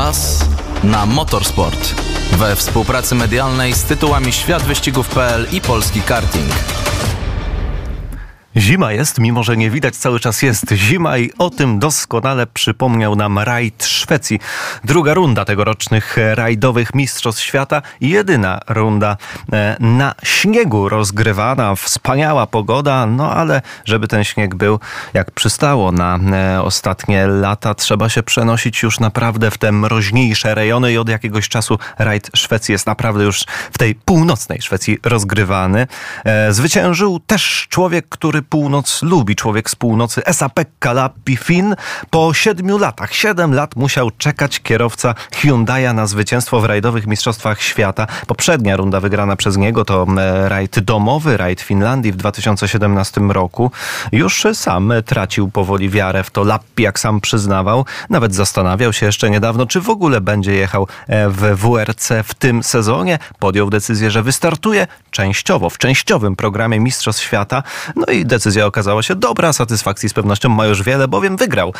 Czas na motorsport. We współpracy medialnej z tytułami Światwyścigów.pl i Polski Karting. Zima jest, mimo że nie widać, cały czas jest zima i o tym doskonale przypomniał nam rajd Szwecji. Druga runda tegorocznych rajdowych Mistrzostw Świata i jedyna runda na śniegu rozgrywana. Wspaniała pogoda, no ale żeby ten śnieg był jak przystało na ostatnie lata, trzeba się przenosić już naprawdę w te mroźniejsze rejony i od jakiegoś czasu rajd Szwecji jest naprawdę już w tej północnej Szwecji rozgrywany. Zwyciężył też człowiek, który północ lubi, człowiek z północy, Esa-Pekka Lappi-Finn. Po 7 latach, 7 lat musiał czekać kierowca Hyundai'a na zwycięstwo w rajdowych Mistrzostwach Świata. Poprzednia runda wygrana przez niego to rajd domowy, rajd Finlandii w 2017 roku. Już sam tracił powoli wiarę w to. Lappi, jak sam przyznawał, nawet zastanawiał się jeszcze niedawno, czy w ogóle będzie jechał w WRC w tym sezonie. Podjął decyzję, że wystartuje częściowo, w częściowym programie Mistrzostw Świata. No i decyzja okazała się dobra, satysfakcji z pewnością ma już wiele, bowiem wygrał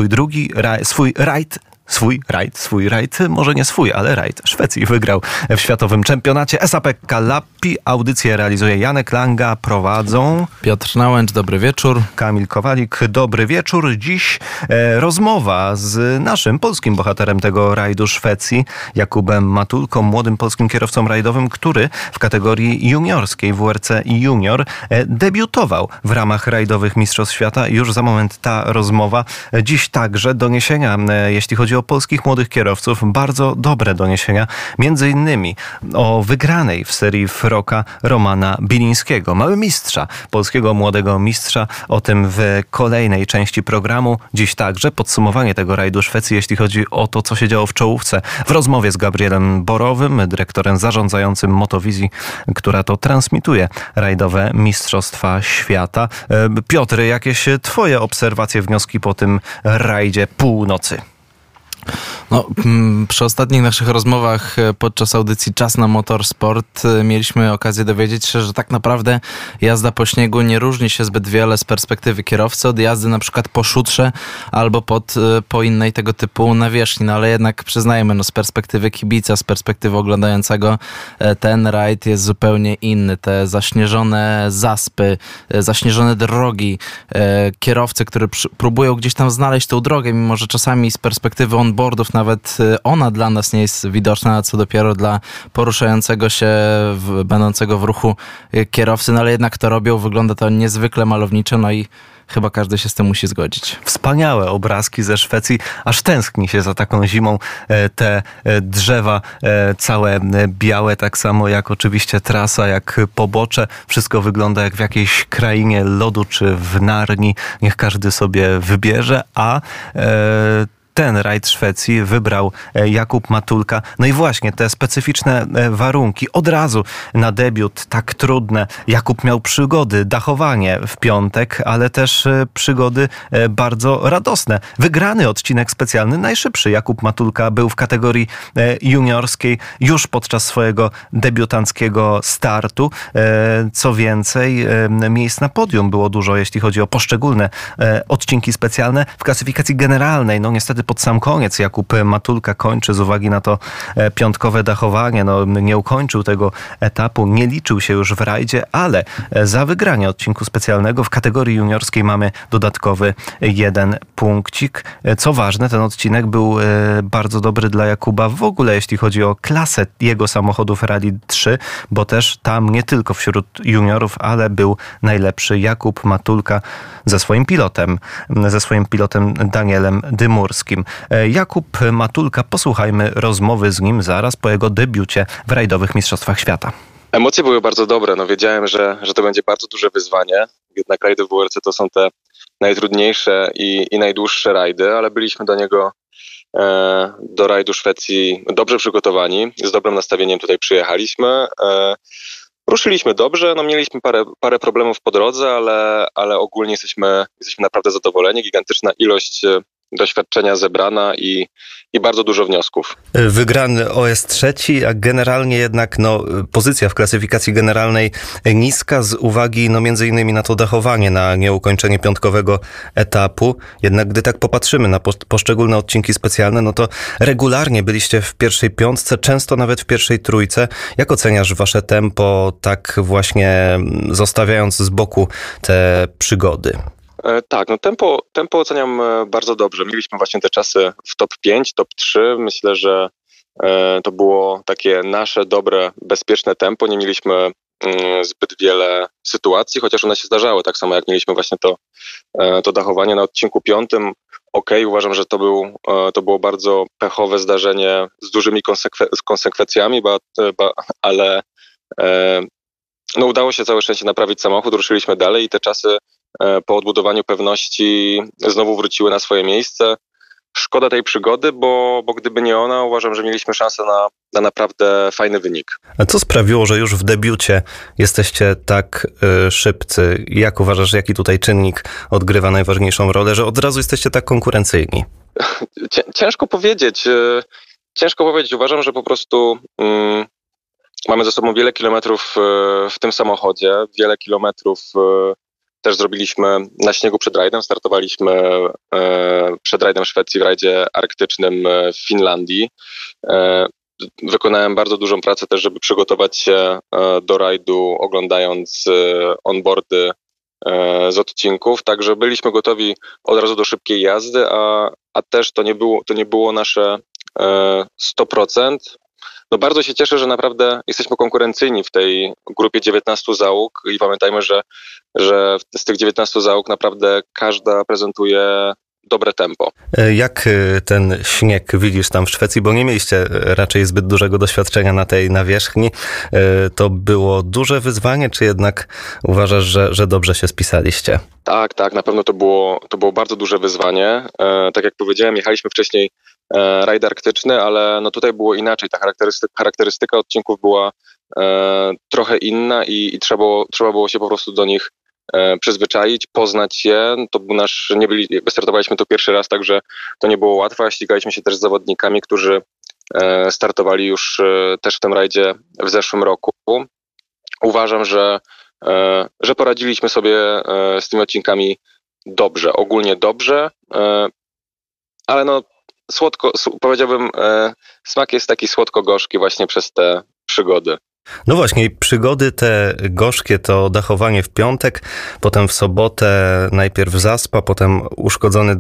swój rajd, może nie swój, ale rajd Szwecji wygrał w światowym czempionacie. Esa-Pekka Lappi. Audycję realizuje Janek Langa, prowadzą Piotr Nałęcz, dobry wieczór. Kamil Kowalik, dobry wieczór. Dziś rozmowa z naszym polskim bohaterem tego rajdu Szwecji, Jakubem Matulką, młodym polskim kierowcą rajdowym, który w kategorii juniorskiej WRC Junior debiutował w ramach rajdowych Mistrzostw Świata. Już za moment ta rozmowa. Dziś także doniesienia, jeśli chodzi o polskich młodych kierowców, bardzo dobre doniesienia, między innymi o wygranej w serii Froka Romana Bilińskiego, mały mistrza, polskiego młodego mistrza. O tym w kolejnej części programu. Dziś także podsumowanie tego rajdu Szwecji, jeśli chodzi o to, co się działo w czołówce, w rozmowie z Gabrielem Borowym, dyrektorem zarządzającym Motowizji, która to transmituje rajdowe Mistrzostwa Świata. Piotr, jakieś twoje obserwacje, wnioski po tym rajdzie północy? No, przy ostatnich naszych rozmowach podczas audycji Czas na Motorsport mieliśmy okazję dowiedzieć się, że tak naprawdę jazda po śniegu nie różni się zbyt wiele z perspektywy kierowcy od jazdy na przykład po szutrze albo po innej tego typu nawierzchni. No ale jednak przyznajmy, z perspektywy kibica, z perspektywy oglądającego ten rajd jest zupełnie inny. Te zaśnieżone zaspy, zaśnieżone drogi, kierowcy, którzy próbują gdzieś tam znaleźć tą drogę, mimo że czasami z perspektywy onboardów nawet ona dla nas nie jest widoczna, co dopiero dla poruszającego się, będącego w ruchu kierowcy, no ale jednak to robią, wygląda to niezwykle malowniczo, no i chyba każdy się z tym musi zgodzić. Wspaniałe obrazki ze Szwecji, aż tęskni się za taką zimą. Te drzewa całe białe, tak samo jak oczywiście trasa, jak pobocze. Wszystko wygląda jak w jakiejś krainie lodu czy w Narni. Niech każdy sobie wybierze, a ten rajd Szwecji wybrał Jakub Matulka. No i właśnie te specyficzne warunki. Od razu na debiut tak trudne. Jakub miał przygody, dachowanie w piątek, ale też przygody bardzo radosne. Wygrany odcinek specjalny, najszybszy Jakub Matulka był w kategorii juniorskiej już podczas swojego debiutanckiego startu. Co więcej, miejsc na podium było dużo, jeśli chodzi o poszczególne odcinki specjalne. W klasyfikacji generalnej, no niestety pod sam koniec Jakub Matulka kończy z uwagi na to piątkowe dachowanie. Nie ukończył tego etapu, nie liczył się już w rajdzie, ale za wygranie odcinku specjalnego w kategorii juniorskiej mamy dodatkowy 1 punkcik. Co ważne, ten odcinek był bardzo dobry dla Jakuba w ogóle, jeśli chodzi o klasę jego samochodów Rally 3, bo też tam nie tylko wśród juniorów, ale był najlepszy Jakub Matulka ze swoim pilotem Danielem Dymurskim. Jakub Matulka, posłuchajmy rozmowy z nim zaraz po jego debiucie w rajdowych Mistrzostwach Świata. Emocje były bardzo dobre. Wiedziałem, że to będzie bardzo duże wyzwanie. Jednak rajdy w WRC to są te najtrudniejsze i najdłuższe rajdy, ale byliśmy do rajdu Szwecji dobrze przygotowani. Z dobrym nastawieniem tutaj przyjechaliśmy. Ruszyliśmy dobrze, mieliśmy parę problemów po drodze, ale ogólnie jesteśmy naprawdę zadowoleni. Gigantyczna ilość doświadczenia zebrana i bardzo dużo wniosków. Wygrany OS trzeci, a generalnie jednak pozycja w klasyfikacji generalnej niska z uwagi między innymi na to dachowanie, na nieukończenie piątkowego etapu. Jednak gdy tak popatrzymy na poszczególne odcinki specjalne, to regularnie byliście w pierwszej piątce, często nawet w pierwszej trójce. Jak oceniasz wasze tempo, tak właśnie zostawiając z boku te przygody? Tak, tempo oceniam bardzo dobrze. Mieliśmy właśnie te czasy w top 5, top 3. Myślę, że to było takie nasze dobre, bezpieczne tempo. Nie mieliśmy zbyt wiele sytuacji, chociaż one się zdarzały. Tak samo jak mieliśmy właśnie to dachowanie na odcinku 5. Uważam, że to było bardzo pechowe zdarzenie z dużymi konsekwencjami, ale udało się całe szczęście naprawić samochód, ruszyliśmy dalej i te czasy po odbudowaniu pewności znowu wróciły na swoje miejsce. Szkoda tej przygody, bo gdyby nie ona, uważam, że mieliśmy szansę na naprawdę fajny wynik. A co sprawiło, że już w debiucie jesteście tak szybcy? Jak uważasz, jaki tutaj czynnik odgrywa najważniejszą rolę, że od razu jesteście tak konkurencyjni? Ciężko powiedzieć. Uważam, że po prostu mamy ze sobą wiele kilometrów w tym samochodzie, wiele kilometrów też zrobiliśmy na śniegu przed rajdem. Startowaliśmy przed rajdem Szwecji w rajdzie arktycznym w Finlandii. Wykonałem bardzo dużą pracę też, żeby przygotować się do rajdu, oglądając onboardy z odcinków. Także byliśmy gotowi od razu do szybkiej jazdy, a też to nie było nasze 100%. Bardzo się cieszę, że naprawdę jesteśmy konkurencyjni w tej grupie 19 załóg i pamiętajmy, że z tych 19 załóg naprawdę każda prezentuje dobre tempo. Jak ten śnieg widzisz tam w Szwecji, bo nie mieliście raczej zbyt dużego doświadczenia na tej nawierzchni. To było duże wyzwanie, czy jednak uważasz, że dobrze się spisaliście? Tak, na pewno to było bardzo duże wyzwanie. Tak jak powiedziałem, jechaliśmy wcześniej rajd arktyczny, ale tutaj było inaczej. Ta charakterystyka odcinków była trochę inna i trzeba było się po prostu do nich przyzwyczaić, poznać je. Wystartowaliśmy to pierwszy raz, także to nie było łatwe, a ścigaliśmy się też z zawodnikami, którzy startowali już też w tym rajdzie w zeszłym roku. Uważam, że poradziliśmy sobie z tymi odcinkami dobrze, ogólnie dobrze, ale słodko, powiedziałbym, smak jest taki słodko-gorzki właśnie przez te przygody. No właśnie, przygody te gorzkie to dachowanie w piątek, potem w sobotę najpierw zaspa, potem uszkodzony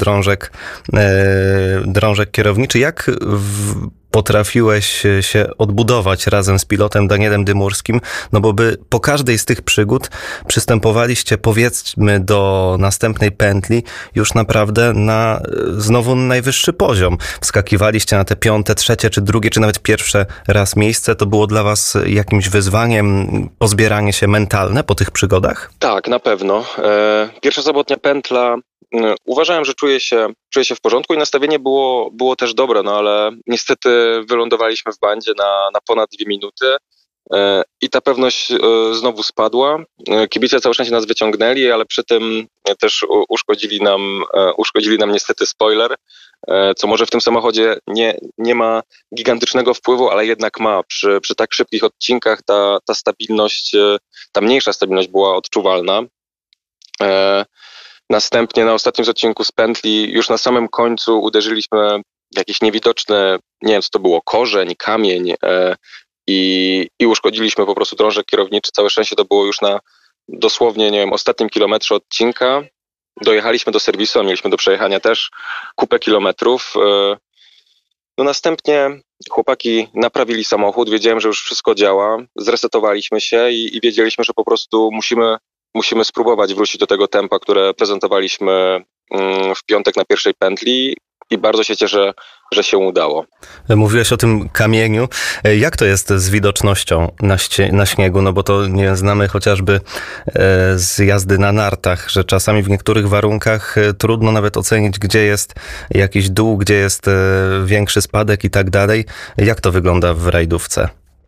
drążek kierowniczy. Jak potrafiłeś się odbudować razem z pilotem Danielem Dymurskim, bo po każdej z tych przygód przystępowaliście, powiedzmy, do następnej pętli już naprawdę na znowu najwyższy poziom. Wskakiwaliście na te 5., 3. czy 2., czy nawet pierwsze raz miejsce. To było dla was jakimś wyzwaniem pozbieranie się mentalne po tych przygodach? Tak, na pewno. Pierwsza sobotnia pętla, uważałem, że czuję się w porządku i nastawienie było też dobre, ale niestety wylądowaliśmy w bandzie na ponad 2 minuty i ta pewność znowu spadła. Kibice całe szczęście nas wyciągnęli, ale przy tym też uszkodzili nam niestety spoiler, co może w tym samochodzie nie ma gigantycznego wpływu, ale jednak ma. Przy tak szybkich odcinkach ta stabilność, ta mniejsza stabilność była odczuwalna. Następnie na ostatnim odcinku z pętli już na samym końcu uderzyliśmy w jakieś niewidoczne, nie wiem co to było, korzeń, kamień i uszkodziliśmy po prostu drążek kierowniczy. Całe szczęście to było już na dosłownie, ostatnim kilometrze odcinka. Dojechaliśmy do serwisu, a mieliśmy do przejechania też kupę kilometrów. Następnie chłopaki naprawili samochód, wiedziałem, że już wszystko działa, zresetowaliśmy się i wiedzieliśmy, że po prostu musimy spróbować wrócić do tego tempa, które prezentowaliśmy w piątek na pierwszej pętli i bardzo się cieszę, że się udało. Mówiłeś o tym kamieniu. Jak to jest z widocznością na śniegu? Bo to znamy chociażby z jazdy na nartach, że czasami w niektórych warunkach trudno nawet ocenić, gdzie jest jakiś dół, gdzie jest większy spadek i tak dalej. Jak to wygląda w rajdówce?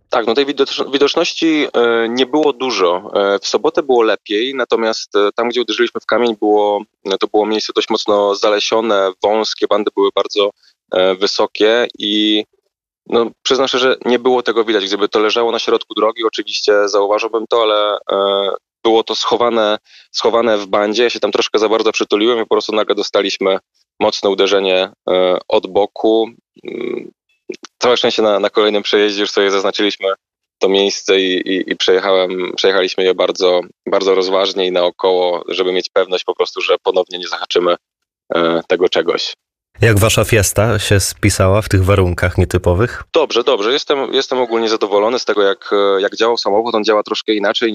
Tak, no tej widoczności nie było dużo. W sobotę było lepiej, natomiast tam, gdzie uderzyliśmy w kamień, to było miejsce dość mocno zalesione, wąskie, bandy były bardzo wysokie i no, przyznam szczerze, że nie było tego widać. Gdyby to leżało na środku drogi, oczywiście zauważyłbym to, ale było to schowane w bandzie. Ja się tam troszkę za bardzo przytuliłem i po prostu nagle dostaliśmy mocne uderzenie od boku. Całe szczęście na kolejnym przejeździe już sobie zaznaczyliśmy to miejsce i przejechaliśmy je bardzo, bardzo rozważnie i naokoło, żeby mieć pewność po prostu, że ponownie nie zahaczymy tego czegoś. Jak wasza Fiesta się spisała w tych warunkach nietypowych? Dobrze. Jestem ogólnie zadowolony z tego, jak działał samochód. On działa troszkę inaczej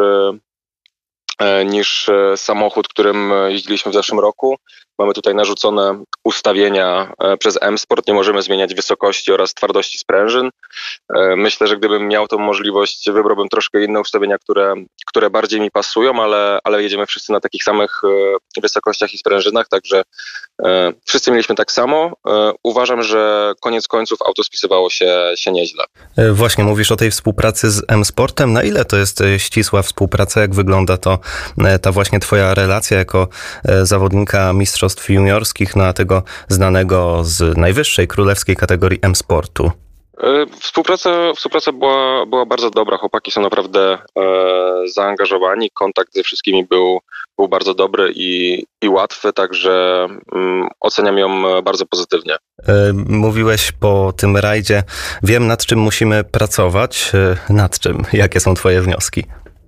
niż samochód, którym jeździliśmy w zeszłym roku. Mamy tutaj narzucone ustawienia przez M-Sport. Nie możemy zmieniać wysokości oraz twardości sprężyn. Myślę, że gdybym miał tą możliwość, wybrałbym troszkę inne ustawienia, które bardziej mi pasują, ale jedziemy wszyscy na takich samych wysokościach i sprężynach, także wszyscy mieliśmy tak samo. Uważam, że koniec końców auto spisywało się nieźle. Właśnie mówisz o tej współpracy z M-Sportem. Na ile to jest ścisła współpraca? Jak wygląda ta właśnie twoja relacja jako zawodnika mistrzostw juniorskich, no a tego znanego z najwyższej królewskiej kategorii M-Sportu? Współpraca była bardzo dobra. Chłopaki są naprawdę zaangażowani. Kontakt ze wszystkimi był bardzo dobry i łatwy, także oceniam ją bardzo pozytywnie. Mówiłeś po tym rajdzie, wiem nad czym musimy pracować. Nad czym? Jakie są twoje wnioski?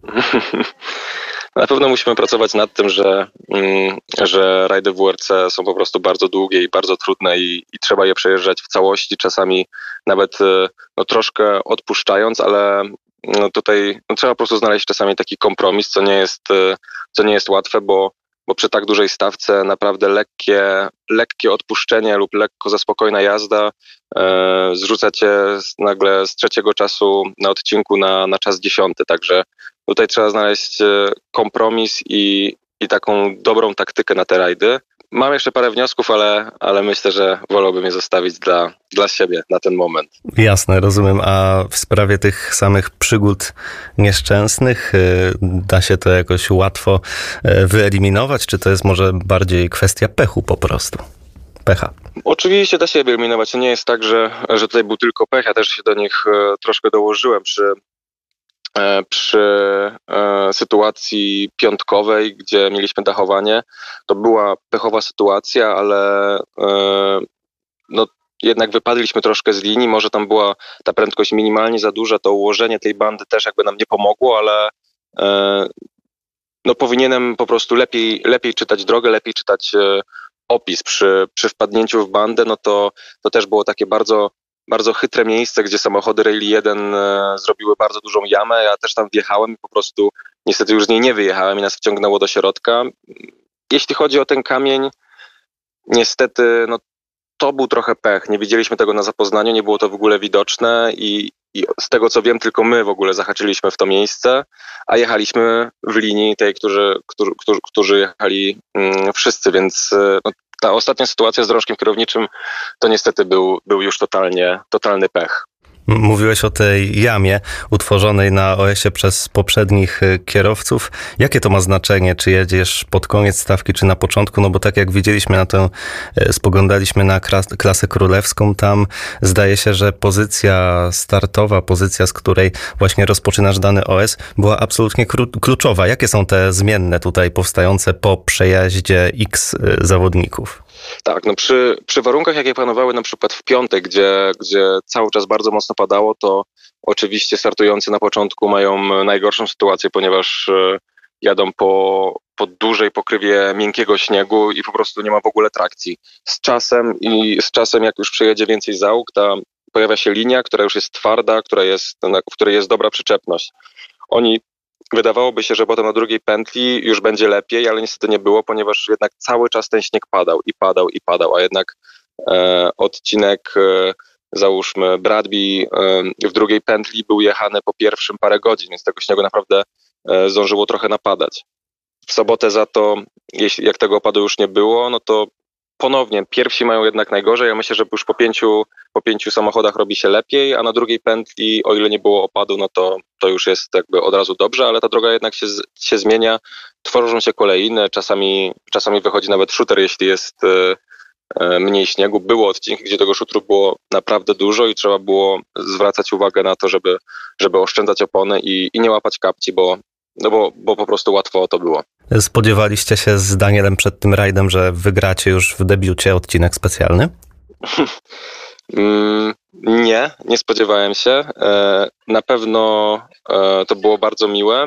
Na pewno musimy pracować nad tym, że rajdy WRC są po prostu bardzo długie i bardzo trudne i trzeba je przejeżdżać w całości, czasami nawet troszkę odpuszczając, ale tutaj trzeba po prostu znaleźć czasami taki kompromis, co nie jest łatwe, bo przy tak dużej stawce naprawdę lekkie odpuszczenie lub lekko za spokojna jazda zrzuca cię nagle z trzeciego czasu na odcinku na czas 10. Także tutaj trzeba znaleźć kompromis i taką dobrą taktykę na te rajdy. Mam jeszcze parę wniosków, ale myślę, że wolałbym je zostawić dla siebie na ten moment. Jasne, rozumiem. A w sprawie tych samych przygód nieszczęsnych da się to jakoś łatwo wyeliminować? Czy to jest może bardziej kwestia pechu po prostu? Pecha. Oczywiście da się wyeliminować. To nie jest tak, że tutaj był tylko pech. Ja też się do nich troszkę dołożyłem przy sytuacji piątkowej, gdzie mieliśmy dachowanie. To była pechowa sytuacja, ale jednak wypadliśmy troszkę z linii. Może tam była ta prędkość minimalnie za duża, to ułożenie tej bandy też jakby nam nie pomogło, ale powinienem po prostu lepiej czytać drogę, lepiej czytać opis. Przy wpadnięciu w bandę, to też było takie bardzo bardzo chytre miejsce, gdzie samochody Rally 1 zrobiły bardzo dużą jamę. Ja też tam wjechałem i po prostu niestety już z niej nie wyjechałem i nas wciągnęło do środka. Jeśli chodzi o ten kamień, niestety to był trochę pech. Nie widzieliśmy tego na zapoznaniu, nie było to w ogóle widoczne i z tego co wiem, tylko my w ogóle zahaczyliśmy w to miejsce, a jechaliśmy w linii tej, którzy jechali wszyscy, więc ta ostatnia sytuacja z drążkiem kierowniczym to niestety był już totalny pech. Mówiłeś o tej jamie utworzonej na OS-ie przez poprzednich kierowców. Jakie to ma znaczenie? Czy jedziesz pod koniec stawki, czy na początku? No bo tak jak widzieliśmy spoglądaliśmy na klasę królewską, tam zdaje się, że pozycja startowa, pozycja, z której właśnie rozpoczynasz dany OS, była absolutnie kluczowa. Jakie są te zmienne tutaj powstające po przejaździe X zawodników? Tak, przy warunkach, jakie panowały na przykład w piątek, gdzie cały czas bardzo mocno padało, to oczywiście startujący na początku mają najgorszą sytuację, ponieważ jadą po dużej pokrywie miękkiego śniegu i po prostu nie ma w ogóle trakcji. Z czasem jak już przejedzie więcej załóg, pojawia się linia, która już jest twarda, w której jest dobra przyczepność. Wydawałoby się, że potem na drugiej pętli już będzie lepiej, ale niestety nie było, ponieważ jednak cały czas ten śnieg padał, a jednak odcinek, załóżmy Bradby w drugiej pętli był jechany po pierwszym parę godzin, więc tego śniegu naprawdę zdążyło trochę napadać. W sobotę za to, jak tego opadu już nie było, to ponownie, pierwsi mają jednak najgorzej. Ja myślę, że już po pięciu samochodach robi się lepiej, a na drugiej pętli, o ile nie było opadu, no to już jest jakby od razu dobrze, ale ta droga jednak się zmienia. Tworzą się kolejne, czasami wychodzi nawet shooter, jeśli jest mniej śniegu. Było odcinki, gdzie tego shooteru było naprawdę dużo i trzeba było zwracać uwagę na to, żeby oszczędzać opony i nie łapać kapci, bo po prostu łatwo o to było. Spodziewaliście się z Danielem przed tym rajdem, że wygracie już w debiucie odcinek specjalny? Nie spodziewałem się. Na pewno to było bardzo miłe,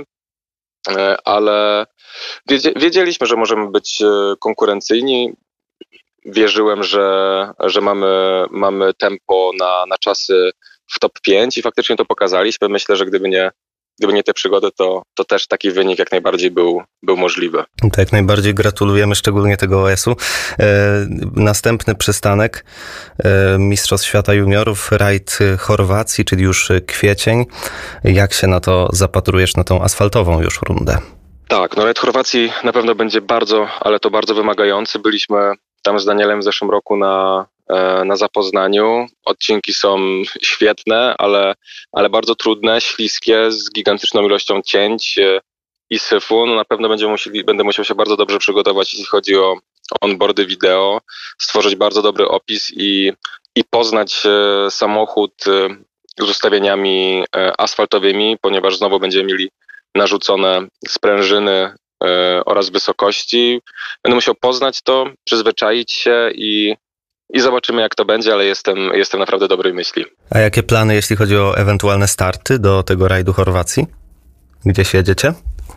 ale wiedzieliśmy, że możemy być konkurencyjni. Wierzyłem, że mamy tempo na czasy w top 5 i faktycznie to pokazaliśmy. Myślę, że gdyby nie te przygody, to też taki wynik jak najbardziej był możliwy. Tak, jak najbardziej gratulujemy, szczególnie tego OS-u. Następny przystanek Mistrzostw Świata Juniorów, rajd Chorwacji, czyli już kwiecień. Jak się na to zapatrujesz, na tą asfaltową już rundę? Tak, no rajd Chorwacji na pewno będzie ale to bardzo wymagający. Byliśmy tam z Danielem w zeszłym roku na zapoznaniu. Odcinki są świetne, ale bardzo trudne, śliskie, z gigantyczną ilością cięć i syfu. No na pewno będę musiał się bardzo dobrze przygotować, jeśli chodzi o onboardy wideo, stworzyć bardzo dobry opis i poznać samochód z ustawieniami asfaltowymi, ponieważ znowu będziemy mieli narzucone sprężyny oraz wysokości. Będę musiał poznać to, przyzwyczaić się i zobaczymy, jak to będzie, ale jestem naprawdę dobrej myśli. A jakie plany, jeśli chodzi o ewentualne starty do tego rajdu Chorwacji? Gdzieś jedziecie?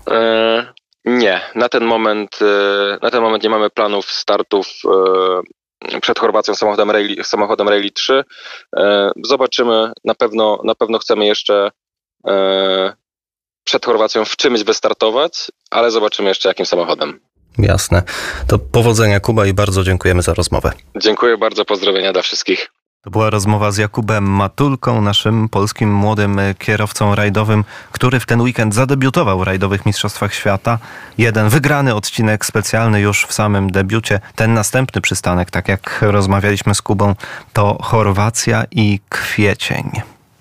Nie. Na ten moment nie mamy planów startów przed Chorwacją samochodem Rally 3. Zobaczymy. Na pewno chcemy jeszcze przed Chorwacją w czymś wystartować, ale zobaczymy jeszcze jakim samochodem. Jasne. To powodzenia, Kuba, i bardzo dziękujemy za rozmowę. Dziękuję bardzo, pozdrowienia dla wszystkich. To była rozmowa z Jakubem Matulką, naszym polskim młodym kierowcą rajdowym, który w ten weekend zadebiutował w rajdowych Mistrzostwach Świata. Jeden wygrany odcinek specjalny już w samym debiucie. Ten następny przystanek, tak jak rozmawialiśmy z Kubą, to Chorwacja i kwiecień.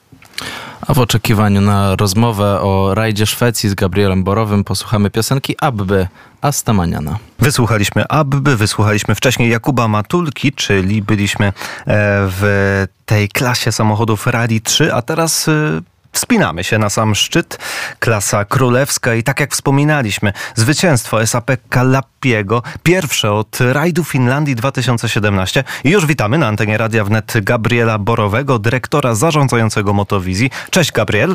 A w oczekiwaniu na rozmowę o rajdzie Szwecji z Gabrielem Borowym posłuchamy piosenki Abby Asta Maniana. Wysłuchaliśmy Abby, wysłuchaliśmy wcześniej Jakuba Matulki, czyli byliśmy w tej klasie samochodów Rally 3, a teraz wspinamy się na sam szczyt, klasa królewska i tak jak wspominaliśmy, zwycięstwo SAPK Lappiego, pierwsze od rajdu Finlandii 2017. I już witamy na antenie Radia Wnet Gabriela Borowego, dyrektora zarządzającego Motowizji. Cześć, Gabriel.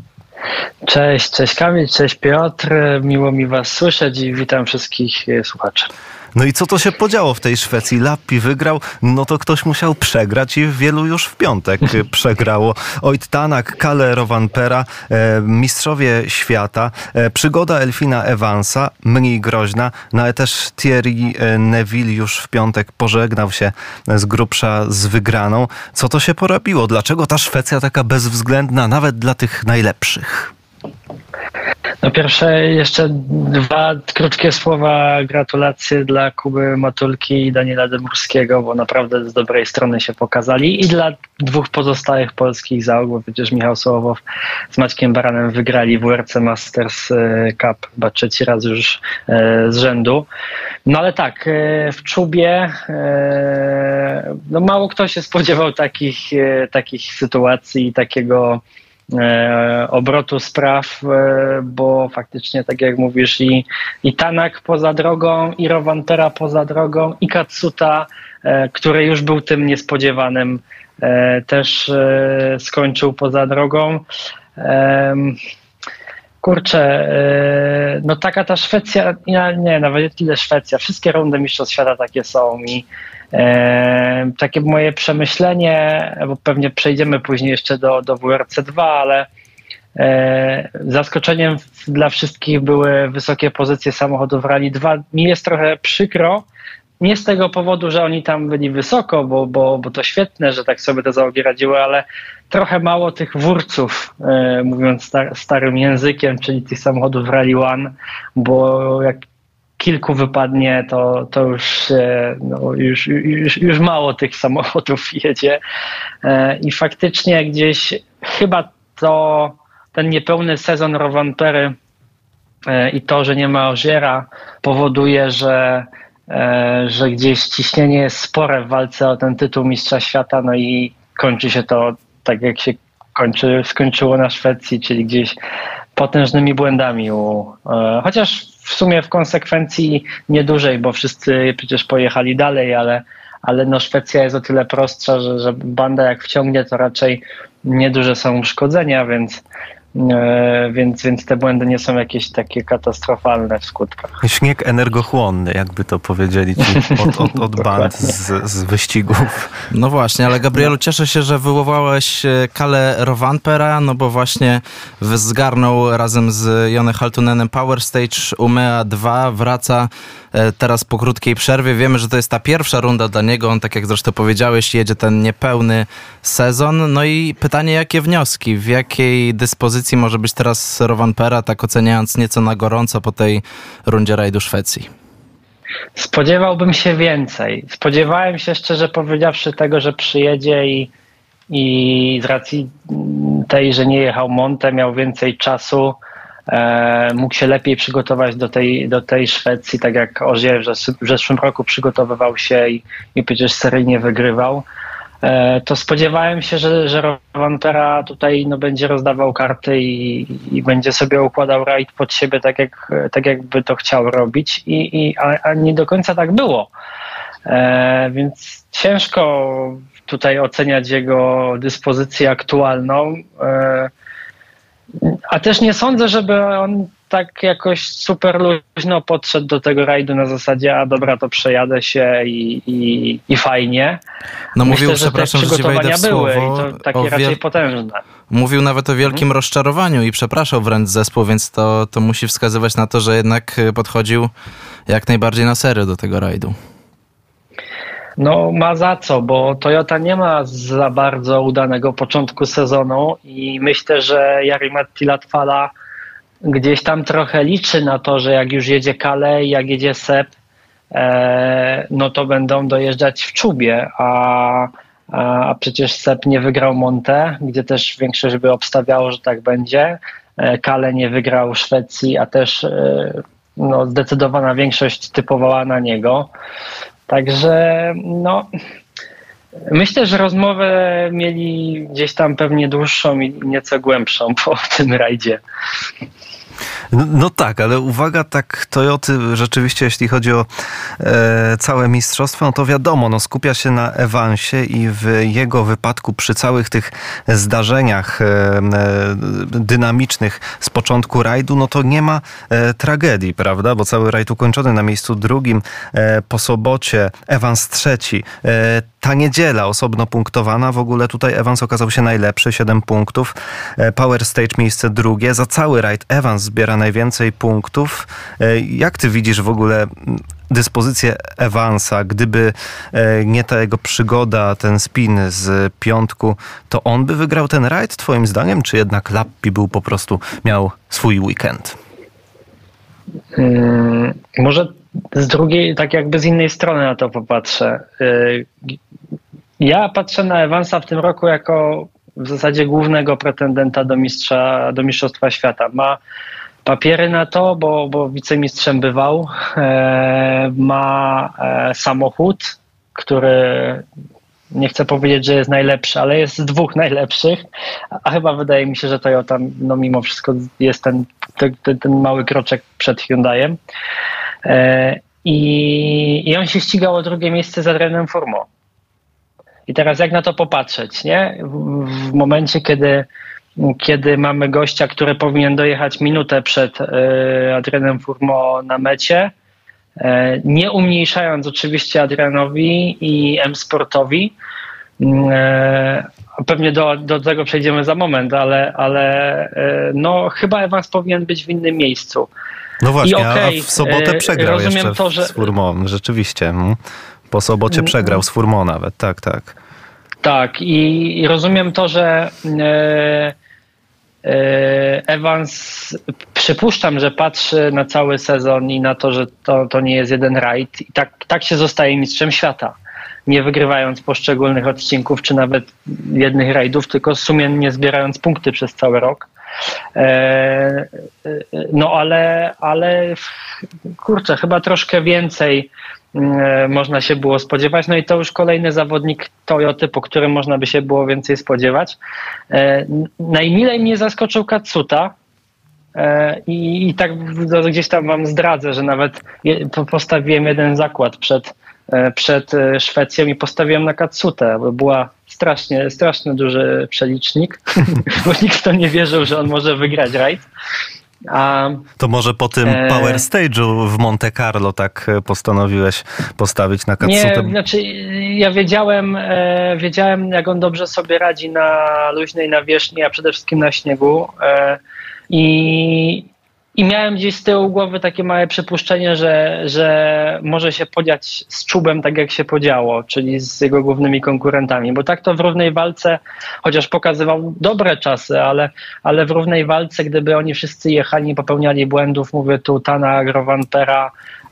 Cześć Kamil, cześć Piotr. Miło mi was słyszeć i witam wszystkich słuchaczy. No i co to się podziało w tej Szwecji? Lappi wygrał, no to ktoś musiał przegrać i wielu już w piątek przegrało. Oyt Tanak, Kalle Rovanpera, mistrzowie świata, przygoda Elfina Evansa, mniej groźna, no ale też Thierry Neuville już w piątek pożegnał się z grubsza z wygraną. Co to się porobiło? Dlaczego ta Szwecja taka bezwzględna, nawet dla tych najlepszych? No pierwsze jeszcze dwa krótkie słowa, gratulacje dla Kuby Matulki i Daniela Dęburskiego, bo naprawdę z dobrej strony się pokazali, i dla dwóch pozostałych polskich załóg, bo przecież Michał Sołowow z Maćkiem Baranem wygrali WRC Masters Cup chyba trzeci raz już z rzędu. No ale tak, w czubie no mało kto się spodziewał takich sytuacji i takiego obrotu spraw, bo faktycznie, tak jak mówisz, i Tanak poza drogą, i Rovanpera poza drogą, i Katsuta, który już był tym niespodziewanym, też skończył poza drogą. Kurczę, no taka ta Szwecja, nie, nawet tyle Szwecja, wszystkie rundy Mistrzostw Świata takie są i takie moje przemyślenie, bo pewnie przejdziemy później jeszcze do WRC2, ale zaskoczeniem dla wszystkich były wysokie pozycje samochodów Rally 2. Mi jest trochę przykro, nie z tego powodu, że oni tam byli wysoko, bo to świetne, że tak sobie te załogi radziły, ale trochę mało tych wórców, mówiąc starym językiem, czyli tych samochodów Rally 1, bo jak kilku wypadnie, to już mało tych samochodów jedzie. I faktycznie gdzieś chyba ten niepełny sezon Rovanpery i to, że nie ma Ogiera, powoduje, że gdzieś ciśnienie jest spore w walce o ten tytuł mistrza świata, no i kończy się to tak, jak się skończyło na Szwecji, czyli gdzieś potężnymi błędami. Chociaż w sumie w konsekwencji niedużej, bo wszyscy przecież pojechali dalej, ale no Szwecja jest o tyle prostsza, że banda jak wciągnie, to raczej nieduże są uszkodzenia, więc te błędy nie są jakieś takie katastrofalne w skutkach. Śnieg energochłonny, jakby to powiedzieli ci od band z wyścigów. No właśnie, ale Gabrielu, cieszę się, że wywołałeś Kalle Rovanpera, no bo właśnie zgarnął razem z Jone Haltunenem Power Stage Umea 2, wraca teraz po krótkiej przerwie. Wiemy, że to jest ta pierwsza runda dla niego. On, tak jak zresztą powiedziałeś, jedzie ten niepełny sezon. No i pytanie, jakie wnioski? W jakiej dyspozycji może być teraz Rovanpera, tak oceniając nieco na gorąco po tej rundzie rajdu Szwecji? Spodziewałbym się więcej. Spodziewałem się, szczerze powiedziawszy, tego, że przyjedzie i z racji tej, że nie jechał Monte, miał więcej czasu, mógł się lepiej przygotować do tej Szwecji, tak jak Ogier w zeszłym roku przygotowywał się i przecież seryjnie wygrywał. To spodziewałem się, że Rovanpera tutaj będzie rozdawał karty i będzie sobie układał rajd pod siebie tak jakby to chciał robić, a nie do końca tak było. Więc ciężko tutaj oceniać jego dyspozycję aktualną. A też nie sądzę, żeby on tak jakoś super luźno podszedł do tego rajdu na zasadzie, a dobra, to przejadę się i fajnie. No myślę, mówił, przepraszam, że ci wejdę w słowo, były i to takie raczej potężne. Mówił nawet o wielkim rozczarowaniu i przepraszał wręcz zespół, więc to musi wskazywać na to, że jednak podchodził jak najbardziej na serio do tego rajdu. No ma za co, bo Toyota nie ma za bardzo udanego początku sezonu i myślę, że Jari-Matti Latvala gdzieś tam trochę liczy na to, że jak już jedzie Kalle i jak jedzie Sepp, no to będą dojeżdżać w czubie, a przecież Sepp nie wygrał Monte, gdzie też większość by obstawiało, że tak będzie. Kalle nie wygrał Szwecji, a też zdecydowana większość typowała na niego. Także myślę, że rozmowę mieli gdzieś tam pewnie dłuższą i nieco głębszą po tym rajdzie. No tak, ale uwaga, tak Toyoty rzeczywiście, jeśli chodzi o całe mistrzostwo, no to wiadomo, skupia się na Evansie i w jego wypadku przy całych tych zdarzeniach dynamicznych z początku rajdu, no to nie ma tragedii, prawda? Bo cały rajd ukończony na miejscu drugim, po sobocie Evans trzeci, ta niedziela osobno punktowana, w ogóle tutaj Evans okazał się najlepszy, 7 punktów, Power Stage miejsce drugie, za cały rajd Evans zbiera najwięcej punktów. Jak ty widzisz w ogóle dyspozycję Evansa? Gdyby nie ta jego przygoda, ten spin z piątku, to on by wygrał ten rajd twoim zdaniem? Czy jednak Lappi miał swój weekend? Może z drugiej, tak jakby z innej strony na to popatrzę. Ja patrzę na Evansa w tym roku jako w zasadzie głównego pretendenta do Mistrzostwa Świata. Ma papiery na to, bo wicemistrzem bywał. Ma samochód, który nie chcę powiedzieć, że jest najlepszy, ale jest z dwóch najlepszych, a chyba wydaje mi się, że Toyota mimo wszystko jest ten mały kroczek przed Hyundaiem. I on się ścigał o drugie miejsce z Adrianem Fourmont. I teraz jak na to popatrzeć, nie? W momencie, kiedy mamy gościa, który powinien dojechać minutę przed Adrianem Fourmont na mecie, nie umniejszając oczywiście Adrianowi i M-Sportowi. Pewnie do tego przejdziemy za moment, ale chyba Evans powinien być w innym miejscu. No właśnie, a w sobotę przegrał jeszcze z Fourmont, rzeczywiście. Po sobocie przegrał z Fourmont nawet, tak. Tak, i rozumiem to, że Evans, przypuszczam, że patrzy na cały sezon i na to, że to nie jest jeden rajd i tak się zostaje mistrzem świata. Nie wygrywając poszczególnych odcinków, czy nawet jednych rajdów, tylko sumiennie zbierając punkty przez cały rok. No ale kurczę, chyba troszkę więcej można się było spodziewać. No i to już kolejny zawodnik Toyoty, po którym można by się było więcej spodziewać. Najmilej mnie zaskoczył Katsuta i tak gdzieś tam wam zdradzę, że nawet postawiłem jeden zakład przed Szwecją i postawiłem na Katsutę, bo była strasznie duży przelicznik, bo nikt w to nie wierzył, że on może wygrać rajd. To może po tym Power Stage'u w Monte Carlo tak postanowiłeś postawić na Katsutę? Nie, znaczy ja wiedziałem jak on dobrze sobie radzi na luźnej nawierzchni, a przede wszystkim na śniegu i miałem gdzieś z tyłu głowy takie małe przypuszczenie, że może się podziać z Czubem tak jak się podziało, czyli z jego głównymi konkurentami, bo tak to w równej walce, chociaż pokazywał dobre czasy, ale w równej walce, gdyby oni wszyscy jechali, popełniali błędów, mówię tu Tana, Grovanpera,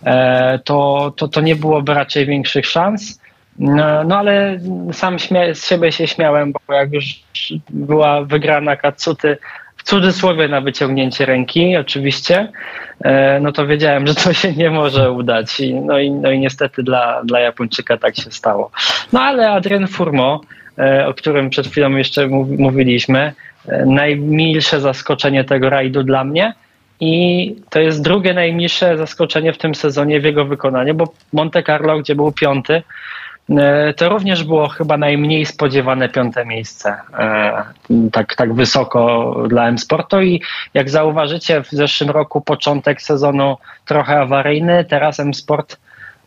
to nie byłoby raczej większych szans. No ale sam z siebie się śmiałem, bo jak już była wygrana Katsuty, w cudzysłowie na wyciągnięcie ręki oczywiście, no to wiedziałem, że to się nie może udać. No i niestety dla Japończyka tak się stało. No ale Adrien Fourmaux, o którym przed chwilą jeszcze mówiliśmy, najmilsze zaskoczenie tego rajdu dla mnie i to jest drugie najmilsze zaskoczenie w tym sezonie w jego wykonaniu, bo Monte Carlo, gdzie był 5, to również było chyba najmniej spodziewane 5. miejsce, tak wysoko dla M-Sportu i jak zauważycie w zeszłym roku początek sezonu trochę awaryjny, teraz M-Sport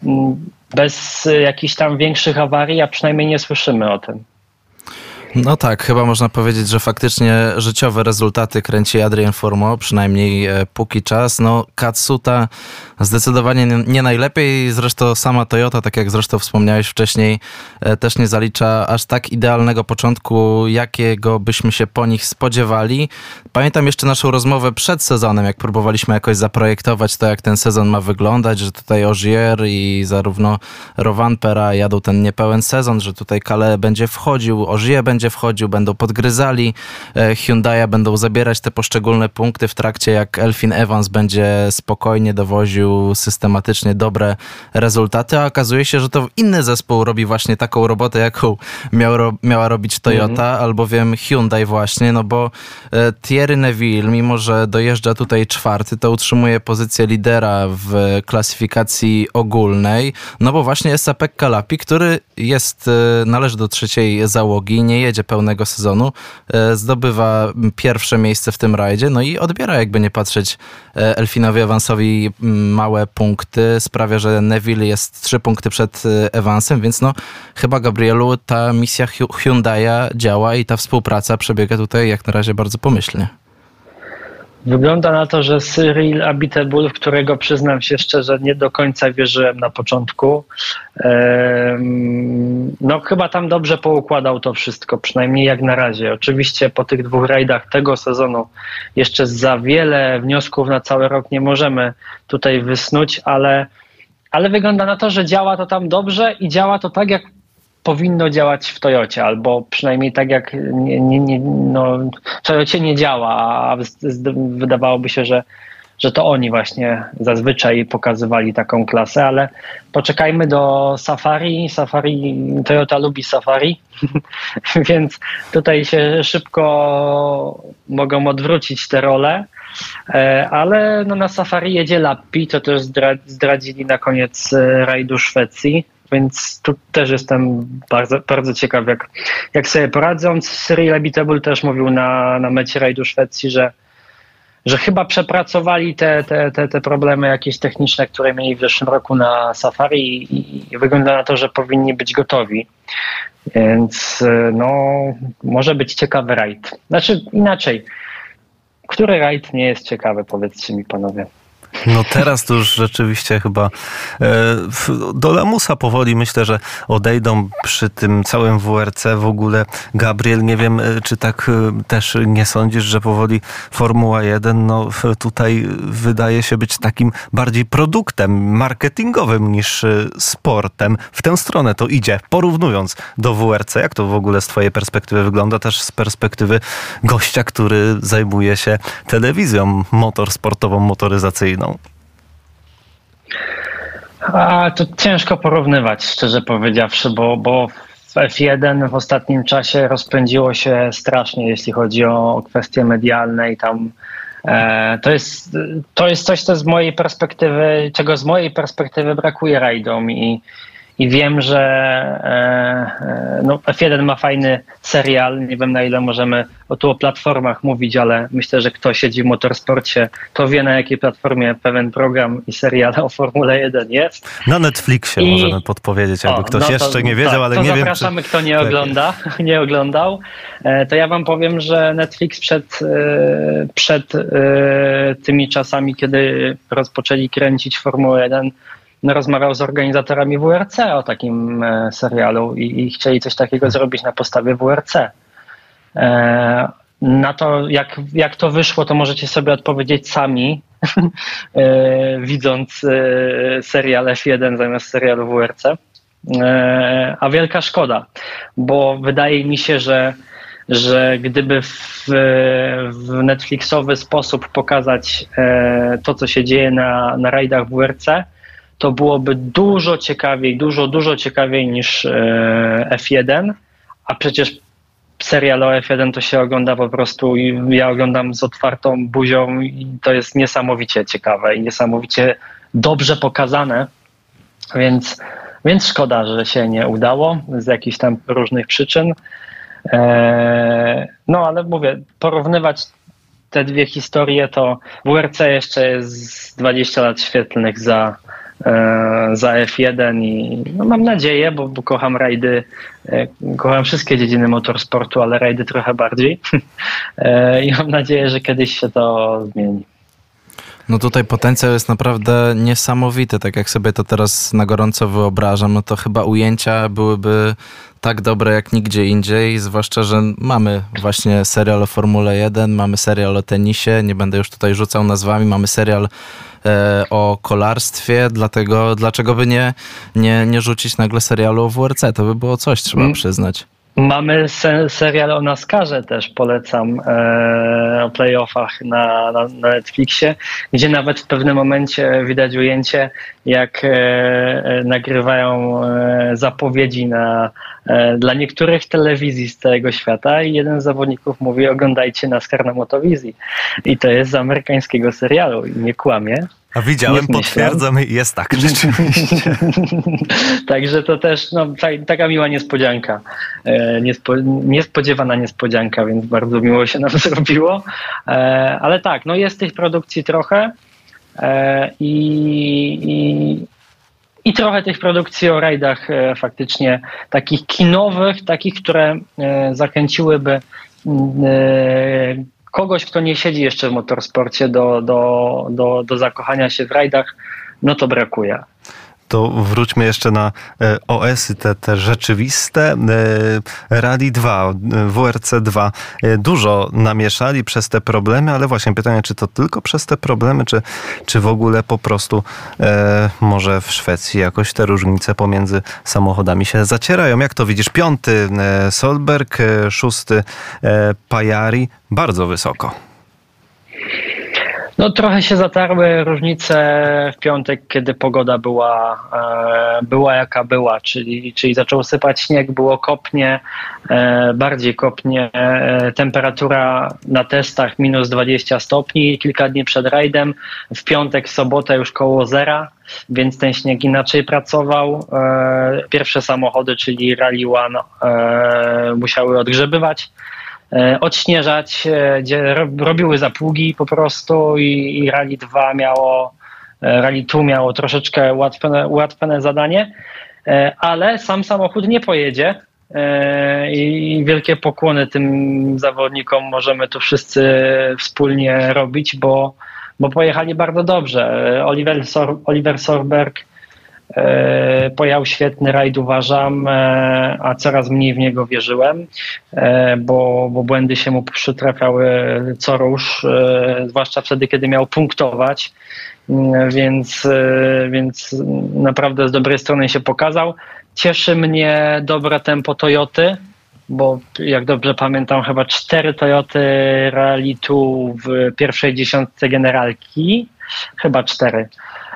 bez jakichś tam większych awarii, a przynajmniej nie słyszymy o tym. No tak, chyba można powiedzieć, że faktycznie życiowe rezultaty kręci Adrien Fourmaux, przynajmniej póki czas. No Katsuta zdecydowanie nie najlepiej, zresztą sama Toyota, tak jak zresztą wspomniałeś wcześniej, też nie zalicza aż tak idealnego początku, jakiego byśmy się po nich spodziewali. Pamiętam jeszcze naszą rozmowę przed sezonem, jak próbowaliśmy jakoś zaprojektować to, jak ten sezon ma wyglądać, że tutaj Ogier i zarówno Rovanpera jadą ten niepełen sezon, że tutaj Calais będzie wchodził, Ogier będzie wchodził, będą podgryzali Hyundai'a, będą zabierać te poszczególne punkty w trakcie, jak Elfyn Evans będzie spokojnie dowoził systematycznie dobre rezultaty, a okazuje się, że to inny zespół robi właśnie taką robotę, jaką miała robić Toyota, albowiem Hyundai właśnie, no bo Thierry Neuville, mimo że dojeżdża tutaj 4, to utrzymuje pozycję lidera w klasyfikacji ogólnej, no bo właśnie Esa-Pekka Lappi, który należy do 3. załogi, nie jedzie pełnego sezonu, zdobywa 1. miejsce w tym rajdzie, no i odbiera, jakby nie patrzeć, Elfinowi Evansowi małe punkty, sprawia, że Neville jest 3 punkty przed Evansem, więc no chyba, Gabrielu, ta misja Hyundai'a działa i ta współpraca przebiega tutaj jak na razie bardzo pomyślnie. Wygląda na to, że Cyril Abiteboul, w którego przyznam się szczerze, nie do końca wierzyłem na początku, no chyba tam dobrze poukładał to wszystko, przynajmniej jak na razie. Oczywiście po tych 2 rajdach tego sezonu jeszcze za wiele wniosków na cały rok nie możemy tutaj wysnuć, ale wygląda na to, że działa to tam dobrze i działa to tak, jak powinno działać w Toyocie, albo przynajmniej tak jak w Toyocie nie działa, a wydawałoby się, że to oni właśnie zazwyczaj pokazywali taką klasę, ale poczekajmy do Safari. Toyota lubi Safari, więc tutaj się szybko mogą odwrócić te role, ale no na Safari jedzie Lappi, to też zdradzili na koniec rajdu Szwecji. Więc tu też jestem bardzo, bardzo ciekaw, jak sobie poradzą. Cyril Abiteboul też mówił na mecie rajdu Szwecji, że chyba przepracowali te problemy jakieś techniczne, które mieli w zeszłym roku na Safari i wygląda na to, że powinni być gotowi. Więc no, może być ciekawy rajd. Znaczy inaczej, który rajd nie jest ciekawy, powiedzcie mi panowie. No teraz to już rzeczywiście chyba do lamusa powoli myślę, że odejdą przy tym całym WRC w ogóle. Gabriel, nie wiem, czy tak też nie sądzisz, że powoli Formuła 1 no tutaj wydaje się być takim bardziej produktem marketingowym niż sportem. W tę stronę to idzie, porównując do WRC. Jak to w ogóle z twojej perspektywy wygląda? Też z perspektywy gościa, który zajmuje się telewizją motorsportową, motoryzacyjną. A to ciężko porównywać, szczerze powiedziawszy, bo w F1 w ostatnim czasie rozpędziło się strasznie, jeśli chodzi o kwestie medialne i tam to jest coś, co z mojej perspektywy, czego z mojej perspektywy brakuje rajdom i wiem, że no, F1 ma fajny serial, nie wiem na ile możemy tu o platformach mówić, ale myślę, że kto siedzi w motorsporcie, to wie na jakiej platformie pewien program i serial o Formule 1 jest. Na Netflixie możemy podpowiedzieć, jakby ktoś jeszcze nie wiedział, ale nie wiem. Zapraszamy, kto nie ogląda, nie oglądał. To ja wam powiem, że Netflix przed tymi czasami, kiedy rozpoczęli kręcić Formułę 1, rozmawiał z organizatorami WRC o takim serialu i chcieli coś takiego zrobić na podstawie WRC. Na to, jak to wyszło, to możecie sobie odpowiedzieć sami, widząc serial F1 zamiast serialu WRC. A wielka szkoda, bo wydaje mi się, że gdyby w Netflixowy sposób pokazać to, co się dzieje na rajdach WRC, to byłoby dużo ciekawiej, dużo ciekawiej niż F1, a przecież serial o F1 to się ogląda po prostu i ja oglądam z otwartą buzią i to jest niesamowicie ciekawe i niesamowicie dobrze pokazane, więc szkoda, że się nie udało z jakichś tam różnych przyczyn. No ale mówię, porównywać te dwie historie, to WRC jeszcze jest 20 lat świetlnych za F1 i no mam nadzieję, bo kocham rajdy, kocham wszystkie dziedziny motorsportu, ale rajdy trochę bardziej i mam nadzieję, że kiedyś się to zmieni. No tutaj potencjał jest naprawdę niesamowity, tak jak sobie to teraz na gorąco wyobrażam, no to chyba ujęcia byłyby tak dobre jak nigdzie indziej, zwłaszcza, że mamy właśnie serial o Formule 1, mamy serial o tenisie, nie będę już tutaj rzucał nazwami, mamy serial o kolarstwie, dlatego dlaczego by nie rzucić nagle serialu o WRC, to by było coś, trzeba przyznać. Mamy serial o NASCARze też, polecam, o playoffach na Netflixie, gdzie nawet w pewnym momencie widać ujęcie, jak nagrywają zapowiedzi dla niektórych telewizji z całego świata i jeden z zawodników mówi: oglądajcie NASCAR na Motowizji. I to jest z amerykańskiego serialu i nie kłamie. A widziałem, potwierdzam, jest tak, rzeczywiście. Także to też taka miła niespodzianka, niespodziewana niespodzianka, więc bardzo miło się nam zrobiło. Ale tak, no jest tych produkcji trochę i trochę tych produkcji o rajdach faktycznie takich kinowych, takich, które zachęciłyby kogoś, kto nie siedzi jeszcze w motorsporcie do zakochania się w rajdach, no to brakuje. To wróćmy jeszcze na OS-y, te rzeczywiste. Rally 2, WRC 2. Dużo namieszali przez te problemy, ale właśnie pytanie, czy to tylko przez te problemy, czy w ogóle po prostu może w Szwecji jakoś te różnice pomiędzy samochodami się zacierają. Jak to widzisz? 5. Solberg, 6. Pajari. Bardzo wysoko. No trochę się zatarły różnice w piątek, kiedy pogoda była jaka była, czyli zaczął sypać śnieg, było kopnie, bardziej kopnie, temperatura na testach minus 20 stopni, kilka dni przed rajdem, w piątek, sobotę już koło zera, więc ten śnieg inaczej pracował. Pierwsze samochody, czyli Rally 1 musiały odgrzebywać, odśnieżać, gdzie robiły zapługi po prostu i Rally 2 miało troszeczkę ułatwione zadanie, ale sam samochód nie pojedzie i wielkie pokłony tym zawodnikom możemy tu wszyscy wspólnie robić, bo bo pojechali bardzo dobrze. Oliver Sorberg pojechał świetny rajd, uważam, a coraz mniej w niego wierzyłem, bo błędy się mu przytrafiały co rusz, zwłaszcza wtedy, kiedy miał punktować, więc naprawdę z dobrej strony się pokazał. Cieszy mnie dobre tempo Toyoty, bo jak dobrze pamiętam, chyba 4 Toyoty Rally 2 w pierwszej dziesiątce generalki, chyba 4.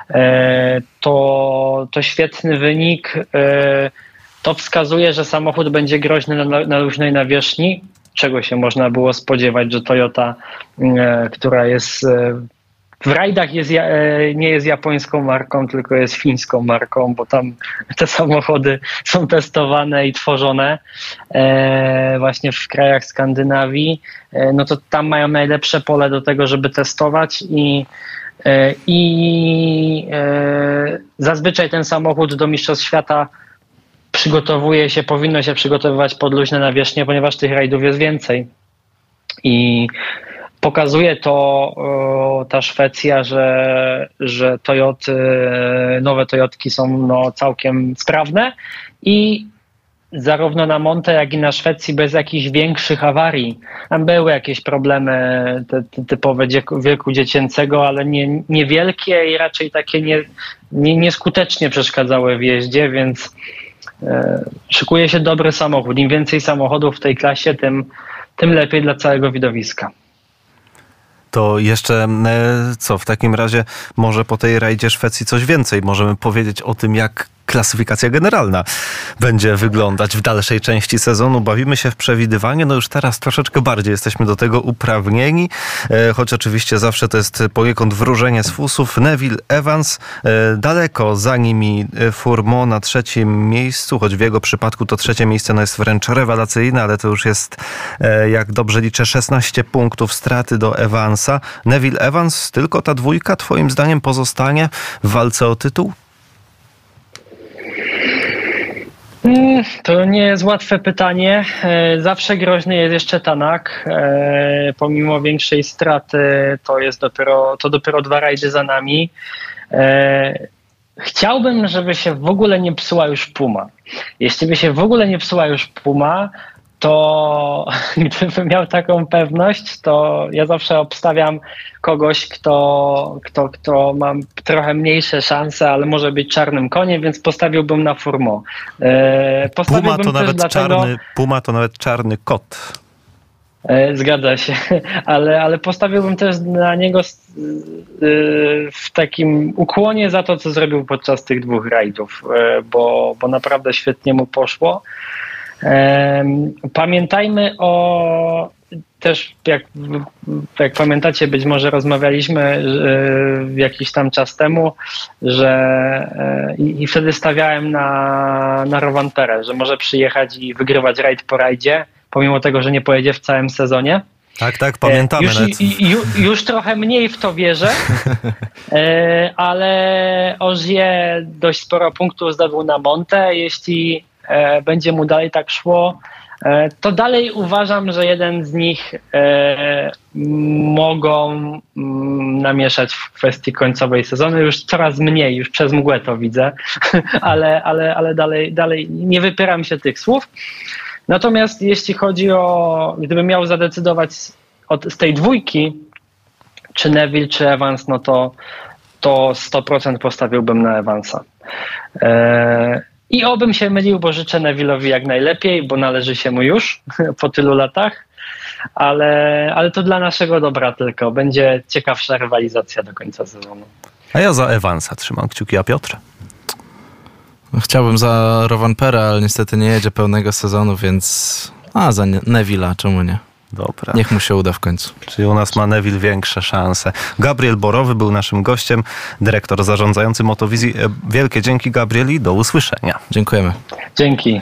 To świetny wynik. To wskazuje, że samochód będzie groźny na luźnej nawierzchni, czego się można było spodziewać, że Toyota, która jest w rajdach nie jest japońską marką, tylko jest fińską marką, bo tam te samochody są testowane i tworzone właśnie w krajach Skandynawii, no to tam mają najlepsze pole do tego, żeby testować i zazwyczaj ten samochód do Mistrzostw Świata powinno się przygotowywać pod luźne nawierzchnie, ponieważ tych rajdów jest więcej. I pokazuje to ta Szwecja, że nowe Toyotki są całkiem sprawne i zarówno na Monte, jak i na Szwecji bez jakichś większych awarii. Tam były jakieś problemy typowe wieku dziecięcego, ale niewielkie i raczej takie nieskutecznie przeszkadzały w jeździe, więc szykuje się dobry samochód. Im więcej samochodów w tej klasie, tym lepiej dla całego widowiska. To jeszcze co? W takim razie może po tej rajdzie Szwecji coś więcej. Możemy powiedzieć o tym, jak klasyfikacja generalna będzie wyglądać w dalszej części sezonu. Bawimy się w przewidywanie. No już teraz troszeczkę bardziej jesteśmy do tego uprawnieni, choć oczywiście zawsze to jest poniekąd wróżenie z fusów. Neville Evans daleko za nimi Fourmont na trzecim miejscu, choć w jego przypadku to trzecie miejsce jest wręcz rewelacyjne, ale to już jest, jak dobrze liczę, 16 punktów straty do Evansa. Neville Evans, tylko ta dwójka twoim zdaniem pozostanie w walce o tytuł? To nie jest łatwe pytanie. Zawsze groźny jest jeszcze Tanak. Pomimo większej straty to dopiero 2 rajdy za nami. Chciałbym, żeby się w ogóle nie psuła już Puma. Jeśli by się w ogóle nie psuła już Puma, to gdybym miał taką pewność, to ja zawsze obstawiam kogoś, kto ma trochę mniejsze szanse, ale może być czarnym koniem, więc postawiłbym na Fourmont. Puma to nawet czarny kot. Zgadza się, ale postawiłbym też na niego w takim ukłonie za to, co zrobił podczas tych 2 rajdów, bo naprawdę świetnie mu poszło. Pamiętajmy też, jak pamiętacie, być może rozmawialiśmy jakiś tam czas temu, że i wtedy stawiałem na Rovanperę, że może przyjechać i wygrywać rajd po rajdzie, pomimo tego, że nie pojedzie w całym sezonie. Tak, pamiętamy. Już trochę mniej w to wierzę, ale Ogier dość sporo punktów zdobył na Monte. Jeśli będzie mu dalej tak szło, to dalej uważam, że jeden z nich mogą namieszać w kwestii końcowej sezonu. Już coraz mniej, już przez mgłę to widzę, ale dalej nie wypieram się tych słów. Natomiast jeśli chodzi gdybym miał zadecydować z tej dwójki, czy Neville, czy Evans, no to 100% postawiłbym na Evansa. I obym się mylił, bo życzę Neville'owi jak najlepiej, bo należy się mu już po tylu latach, ale to dla naszego dobra tylko. Będzie ciekawsza rywalizacja do końca sezonu. A ja za Evansa trzymam kciuki, a Piotr? Chciałbym za Rovanperę, ale niestety nie jedzie pełnego sezonu, więc za Neville'a, czemu nie? Dobra. Niech mu się uda w końcu. Czyli u nas ma Neville większe szanse. Gabriel Borowy był naszym gościem, dyrektor zarządzający Motowizji. Wielkie dzięki, Gabriel, i do usłyszenia. Dziękujemy. Dzięki.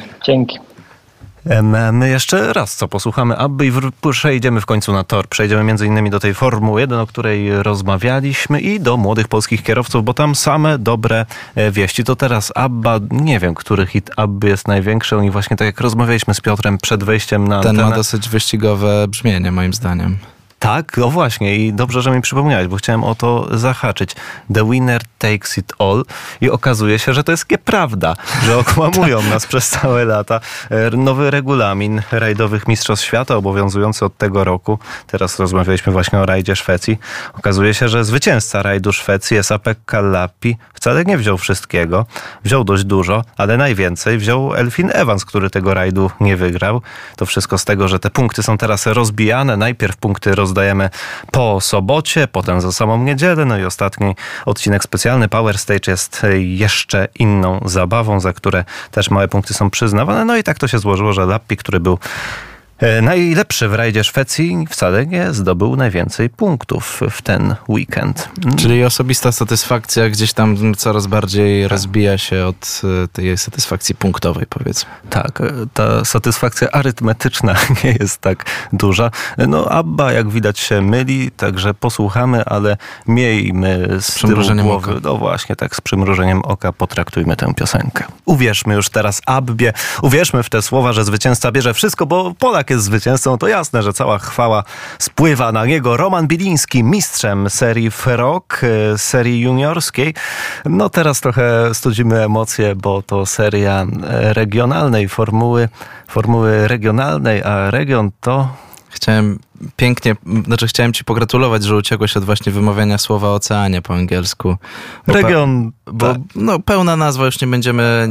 My jeszcze raz posłuchamy Abby i przejdziemy w końcu na tor. Przejdziemy m.in. do tej Formuły 1, o której rozmawialiśmy, i do młodych polskich kierowców, bo tam same dobre wieści. To teraz Abba, nie wiem, który hit Abby jest największy. Oni właśnie, tak jak rozmawialiśmy z Piotrem przed wejściem na antenę. Ten ma dosyć wyścigowe brzmienie, moim zdaniem. Tak, no właśnie i dobrze, że mi przypomniałeś, bo chciałem o to zahaczyć. The winner takes it all i okazuje się, że to jest nieprawda, że okłamują nas przez całe lata. Nowy regulamin rajdowych mistrzostw świata obowiązujący od tego roku. Teraz rozmawialiśmy właśnie o rajdzie Szwecji. Okazuje się, że zwycięzca rajdu Szwecji, Esa-Pekka Lappi, wcale nie wziął wszystkiego. Wziął dość dużo, ale najwięcej wziął Elfyn Evans, który tego rajdu nie wygrał. To wszystko z tego, że te punkty są teraz rozbijane. Najpierw punkty rozdajemy po sobocie, potem za samą niedzielę, no i ostatni odcinek specjalny Power Stage jest jeszcze inną zabawą, za które też małe punkty są przyznawane. No i tak to się złożyło, że Lappi, który był najlepszy w rajdzie Szwecji, wcale nie zdobył najwięcej punktów w ten weekend. Czyli osobista satysfakcja gdzieś tam coraz bardziej rozbija się od tej satysfakcji punktowej, powiedzmy. Tak, ta satysfakcja arytmetyczna nie jest tak duża. No ABBA, jak widać, się myli, także posłuchamy, ale miejmy z przymrużeniem głowy, oka. no właśnie, tak z przymrużeniem oka potraktujmy tę piosenkę. Uwierzmy już teraz Abbie, uwierzmy w te słowa, że zwycięzca bierze wszystko, bo Polak jest zwycięzcą, to jasne, że cała chwała spływa na niego. Roman Biliński, mistrzem serii Frog, serii juniorskiej. No teraz trochę studzimy emocje, bo to seria regionalnej formuły regionalnej, a region to... Chciałem ci pogratulować, że uciekłeś od właśnie wymawiania słowa oceanie po angielsku. Region, bo no, pełna nazwa już nie będziemy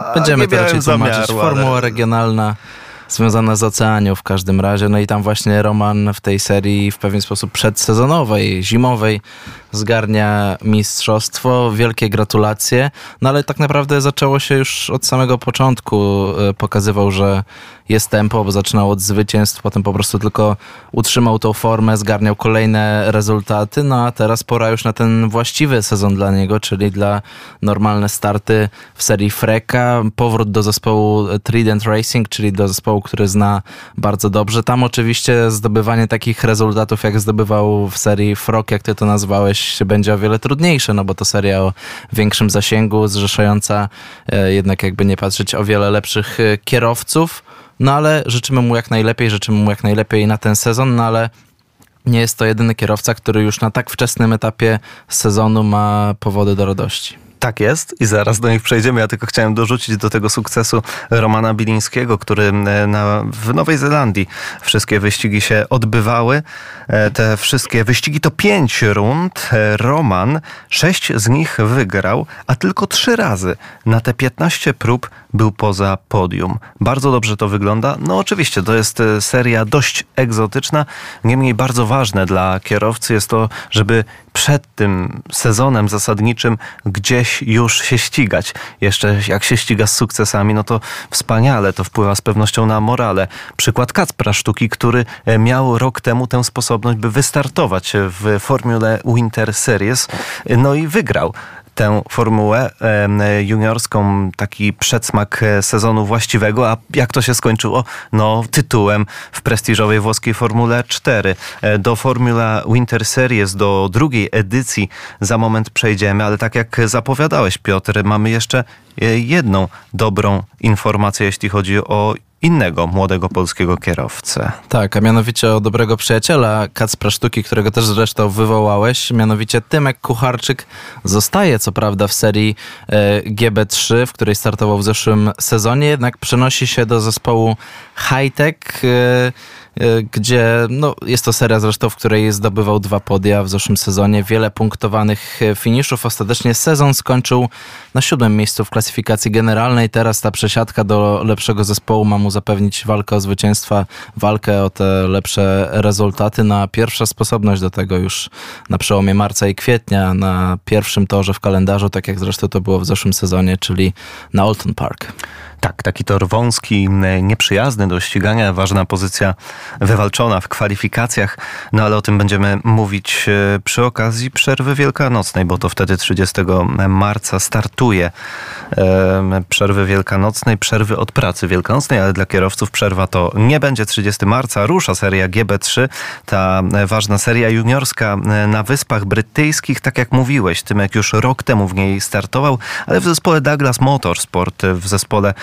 to raczej tłumaczyć. Formuła regionalna związana z oceanią w każdym razie. No i tam właśnie Roman w tej serii w pewien sposób przedsezonowej, zimowej zgarnia mistrzostwo. Wielkie gratulacje. No ale tak naprawdę zaczęło się już od samego początku. Pokazywał, że jest tempo, bo zaczynał od zwycięstw, potem po prostu tylko utrzymał tą formę, zgarniał kolejne rezultaty, no a teraz pora już na ten właściwy sezon dla niego, czyli dla normalne starty w serii Freka, powrót do zespołu Trident Racing, czyli do zespołu, który zna bardzo dobrze. Tam oczywiście zdobywanie takich rezultatów, jak zdobywał w serii Frog, jak ty to nazwałeś, będzie o wiele trudniejsze, no bo to seria o większym zasięgu, zrzeszająca jednak jakby nie patrzeć o wiele lepszych kierowców. No ale życzymy mu jak najlepiej na ten sezon, no ale nie jest to jedyny kierowca, który już na tak wczesnym etapie sezonu ma powody do radości. Tak jest i zaraz do nich przejdziemy. Ja tylko chciałem dorzucić do tego sukcesu Romana Bilińskiego, który w Nowej Zelandii wszystkie wyścigi się odbywały. Te wszystkie wyścigi to 5 rund. Roman 6 z nich wygrał, a tylko 3 razy na te 15 prób był poza podium. Bardzo dobrze to wygląda. No oczywiście to jest seria dość egzotyczna, niemniej bardzo ważne dla kierowcy jest to, żeby przed tym sezonem zasadniczym gdzieś już się ścigać. Jeszcze jak się ściga z sukcesami, no to wspaniale, to wpływa z pewnością na morale. Przykład Kacpra Sztuki, który miał rok temu tę sposobność, by wystartować w Formule Winter Series, no i wygrał tę formułę juniorską, taki przedsmak sezonu właściwego, a jak to się skończyło? No tytułem w prestiżowej włoskiej Formule 4. Do Formula Winter Series, do drugiej edycji za moment przejdziemy, ale tak jak zapowiadałeś, Piotr, mamy jeszcze jedną dobrą informację, jeśli chodzi o innego młodego polskiego kierowcę. Tak, a mianowicie o dobrego przyjaciela Kacpra Sztuki, którego też zresztą wywołałeś, mianowicie Tymek Kucharczyk zostaje co prawda w serii GB3, w której startował w zeszłym sezonie, jednak przenosi się do zespołu Hightech, gdzie no, jest to seria zresztą, w której zdobywał 2 podia w zeszłym sezonie, wiele punktowanych finiszów. Ostatecznie sezon skończył na 7. miejscu w klasyfikacji generalnej. Teraz ta przesiadka do lepszego zespołu ma mu zapewnić walkę o zwycięstwa, walkę o te lepsze rezultaty. Na pierwsza sposobność do tego już na przełomie marca i kwietnia na pierwszym torze w kalendarzu, tak jak zresztą to było w zeszłym sezonie, czyli na Oulton Park. Tak, taki tor wąski, nieprzyjazny do ścigania, ważna pozycja wywalczona w kwalifikacjach, no ale o tym będziemy mówić przy okazji przerwy wielkanocnej, bo to wtedy 30 marca startuje przerwy wielkanocnej, przerwy od pracy wielkanocnej, ale dla kierowców przerwa to nie będzie. 30 marca rusza seria GB3, ta ważna seria juniorska na Wyspach Brytyjskich, tak jak mówiłeś, Tymek już rok temu w niej startował, ale w zespole Douglas Motorsport, w zespole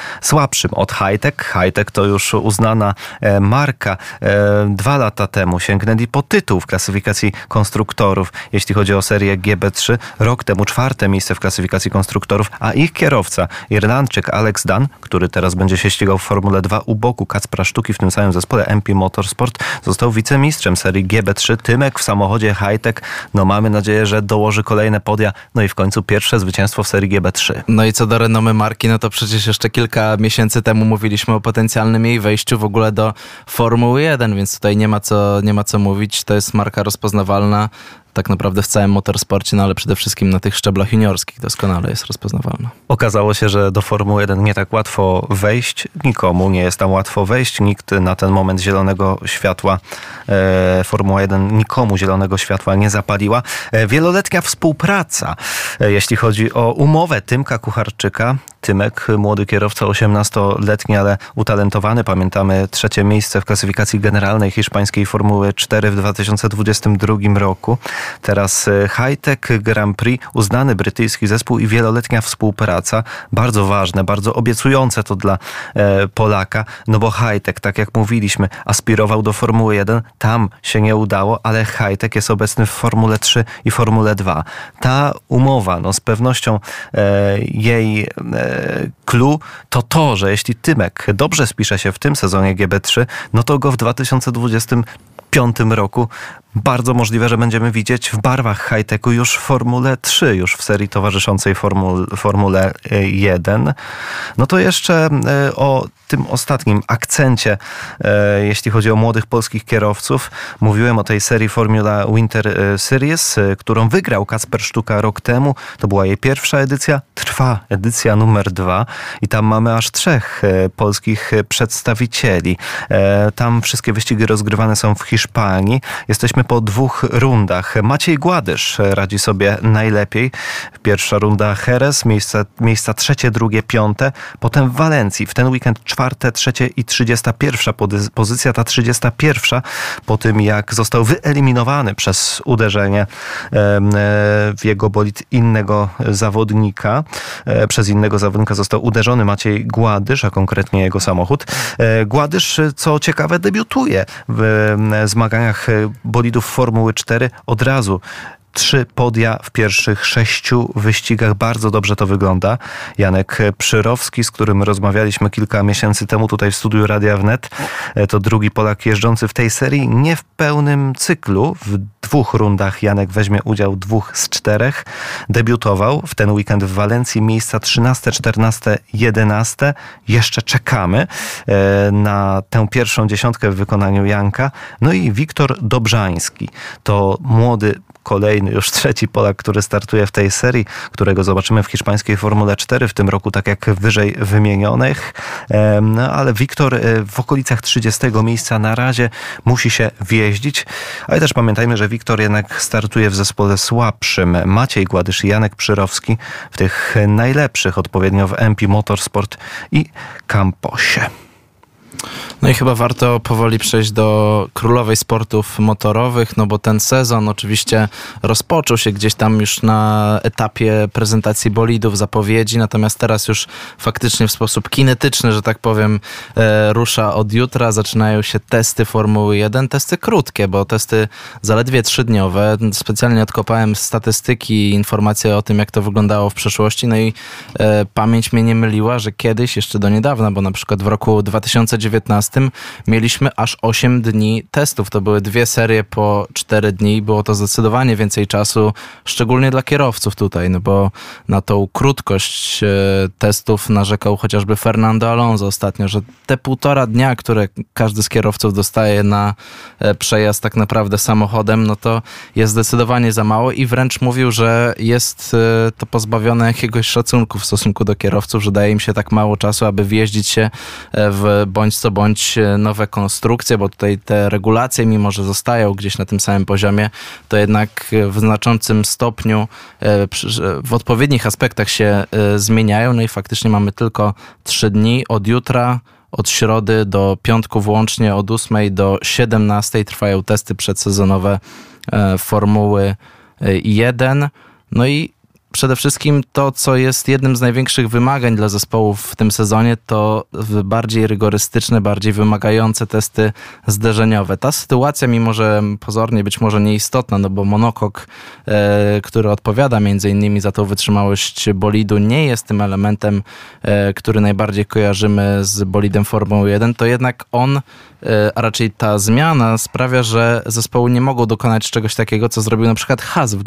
słabszym od Hi-Tech. Hi-Tech to już uznana marka. 2 lata temu sięgnęli po tytuł w klasyfikacji konstruktorów, jeśli chodzi o serię GB3. Rok temu 4. miejsce w klasyfikacji konstruktorów, a ich kierowca, Irlandczyk Alex Dunn, który teraz będzie się ścigał w Formule 2 u boku Kacpra Sztuki w tym samym zespole MP Motorsport, został wicemistrzem serii GB3. Tymek w samochodzie Hi-Tech. No mamy nadzieję, że dołoży kolejne podia. No i w końcu pierwsze zwycięstwo w serii GB3. No i co do renomy marki, no to przecież jeszcze kilka miesięcy temu mówiliśmy o potencjalnym jej wejściu w ogóle do Formuły 1, więc tutaj nie ma co mówić. To jest marka rozpoznawalna tak naprawdę w całym motorsporcie, no ale przede wszystkim na tych szczeblach juniorskich doskonale jest rozpoznawalna. Okazało się, że do Formuły 1 nie tak łatwo wejść. Nikomu nie jest tam łatwo wejść. Nikt na ten moment zielonego światła, Formuła 1 nikomu zielonego światła nie zapaliła. Wieloletnia współpraca, jeśli chodzi o umowę Tymka Kucharczyka. Tymek, młody kierowca, 18-letni, ale utalentowany. Pamiętamy 3. miejsce w klasyfikacji generalnej hiszpańskiej Formuły 4 w 2022 roku. Teraz Hi-Tech Grand Prix, uznany brytyjski zespół i wieloletnia współpraca. Bardzo ważne, bardzo obiecujące to dla Polaka, no bo Hi-Tech, tak jak mówiliśmy, aspirował do Formuły 1. Tam się nie udało, ale Hi-Tech jest obecny w Formule 3 i Formule 2. Ta umowa, no z pewnością jej clue to, że jeśli Tymek dobrze spisze się w tym sezonie GB3, no to go w 2025 roku bardzo możliwe, że będziemy widzieć w barwach Hi-Techu już w Formule 3, już w serii towarzyszącej Formule 1. No to jeszcze o tym ostatnim akcencie, jeśli chodzi o młodych polskich kierowców. Mówiłem o tej serii Formula Winter Series, którą wygrał Kacper Sztuka rok temu. To była jej pierwsza edycja. Trwa edycja numer 2 i tam mamy aż 3 polskich przedstawicieli. Tam wszystkie wyścigi rozgrywane są w Hiszpanii. Jesteśmy po 2 rundach. Maciej Gładysz radzi sobie najlepiej. Pierwsza runda Jerez, miejsca 3, 2, 5. Potem w Walencji. W ten weekend 4, 3 i 31 pozycja. Ta 31 po tym, jak został wyeliminowany przez uderzenie w jego bolid innego zawodnika. Przez innego zawodnika został uderzony Maciej Gładysz, a konkretnie jego samochód. Gładysz, co ciekawe, debiutuje w zmaganiach bolidów Formuły 4 od razu. 3 podia w pierwszych 6 wyścigach. Bardzo dobrze to wygląda. Janek Przyrowski, z którym rozmawialiśmy kilka miesięcy temu tutaj w studiu Radia Wnet, to drugi Polak jeżdżący w tej serii. Nie w pełnym cyklu. W 2 rundach Janek weźmie udział 2 z 4. Debiutował w ten weekend w Walencji. Miejsca 13, 14, 11. Jeszcze czekamy na tę pierwszą dziesiątkę w wykonaniu Janka. No i Wiktor Dobrzański. To młody, kolejny, już 3 Polak, który startuje w tej serii, którego zobaczymy w hiszpańskiej Formule 4 w tym roku, tak jak wyżej wymienionych. No, ale Wiktor w okolicach 30 miejsca na razie musi się wjeździć. Ale też pamiętajmy, że Wiktor jednak startuje w zespole słabszym. Maciej Gładysz i Janek Przyrowski w tych najlepszych, odpowiednio w MP Motorsport i Camposie. No i chyba warto powoli przejść do królowej sportów motorowych, no bo ten sezon oczywiście rozpoczął się gdzieś tam już na etapie prezentacji bolidów, zapowiedzi, natomiast teraz już faktycznie w sposób kinetyczny, że tak powiem, rusza od jutra. Zaczynają się testy Formuły 1, testy krótkie, bo testy zaledwie 3-dniowe. Specjalnie odkopałem statystyki i informacje o tym, jak to wyglądało w przeszłości, no i pamięć mnie nie myliła, że kiedyś, jeszcze do niedawna, bo na przykład w roku 2019 mieliśmy aż 8 dni testów. To były 2 serie po 4 dni. Było to zdecydowanie więcej czasu, szczególnie dla kierowców tutaj, no bo na tą krótkość testów narzekał chociażby Fernando Alonso ostatnio, że te 1,5 dnia, które każdy z kierowców dostaje na przejazd tak naprawdę samochodem, no to jest zdecydowanie za mało i wręcz mówił, że jest to pozbawione jakiegoś szacunku w stosunku do kierowców, że daje im się tak mało czasu, aby wjeździć się w bądź co bądź nowe konstrukcje, bo tutaj te regulacje, mimo że zostają gdzieś na tym samym poziomie, to jednak w znaczącym stopniu w odpowiednich aspektach się zmieniają. No i faktycznie mamy tylko 3 dni od jutra, od środy do piątku włącznie, od 8 do 17 trwają testy przedsezonowe Formuły 1. No i przede wszystkim to, co jest jednym z największych wymagań dla zespołów w tym sezonie, to bardziej rygorystyczne, bardziej wymagające testy zderzeniowe. Ta sytuacja, mimo że pozornie być może nieistotna, no bo monokok, który odpowiada między innymi za tą wytrzymałość bolidu, nie jest tym elementem, który najbardziej kojarzymy z bolidem Formuły 1, to jednak on, a raczej ta zmiana sprawia, że zespoły nie mogą dokonać czegoś takiego, co zrobił na przykład Haas w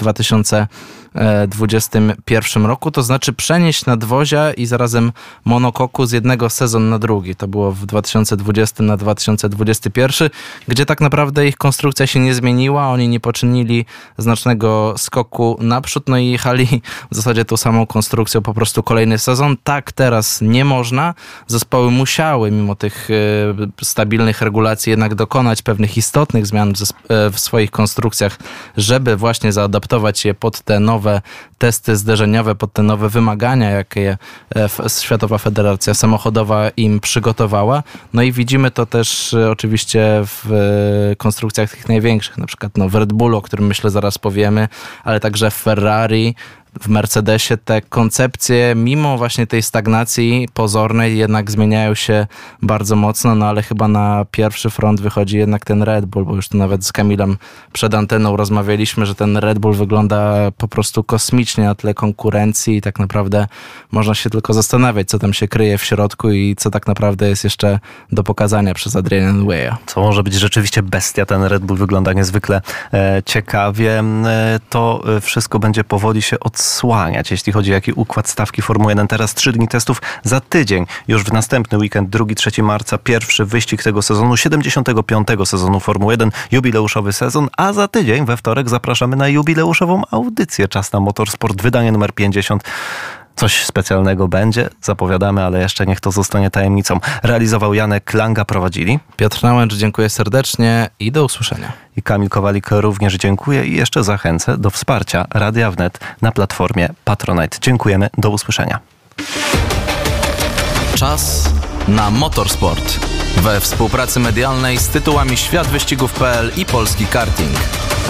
2021 roku, to znaczy przenieść nadwozia i zarazem monokoku z jednego sezonu na drugi. To było w 2020 na 2021, gdzie tak naprawdę ich konstrukcja się nie zmieniła, oni nie poczynili znacznego skoku naprzód, no i jechali w zasadzie tą samą konstrukcją po prostu kolejny sezon. Tak teraz nie można. Zespoły musiały mimo tych stabilnych regulacji jednak dokonać pewnych istotnych zmian w swoich konstrukcjach, żeby właśnie zaadaptować je pod te nowe testy zderzeniowe, pod te nowe wymagania, jakie Światowa Federacja Samochodowa im przygotowała. No i widzimy to też oczywiście w konstrukcjach tych największych, na przykład w Red Bullu, o którym myślę zaraz powiemy, ale także w Ferrari, w Mercedesie. Te koncepcje, mimo właśnie tej stagnacji pozornej, jednak zmieniają się bardzo mocno, no ale chyba na pierwszy front wychodzi jednak ten Red Bull, bo już tu nawet z Kamilem przed anteną rozmawialiśmy, że ten Red Bull wygląda po prostu kosmicznie na tle konkurencji i tak naprawdę można się tylko zastanawiać, co tam się kryje w środku i co tak naprawdę jest jeszcze do pokazania przez Adriana Newey'a. Co może być rzeczywiście bestia, ten Red Bull wygląda niezwykle ciekawie. To wszystko będzie powoli się odsłaniać, jeśli chodzi o jaki układ stawki Formuły 1. Teraz 3 dni testów, za tydzień, już w następny weekend, 2-3 marca, pierwszy wyścig tego sezonu, 75. sezonu Formuły 1, jubileuszowy sezon, a za tydzień, we wtorek, zapraszamy na jubileuszową audycję Czas na Motorsport, wydanie numer 50. Coś specjalnego będzie, zapowiadamy, ale jeszcze niech to zostanie tajemnicą. Realizował Janek Klanga, prowadzili Piotr Nałęcz, dziękuję serdecznie i do usłyszenia. I Kamil Kowalik również dziękuję i jeszcze zachęcę do wsparcia Radia Wnet na platformie Patronite. Dziękujemy, do usłyszenia. Czas na Motorsport we współpracy medialnej z tytułami Świat Wyścigów.pl i Polski Karting.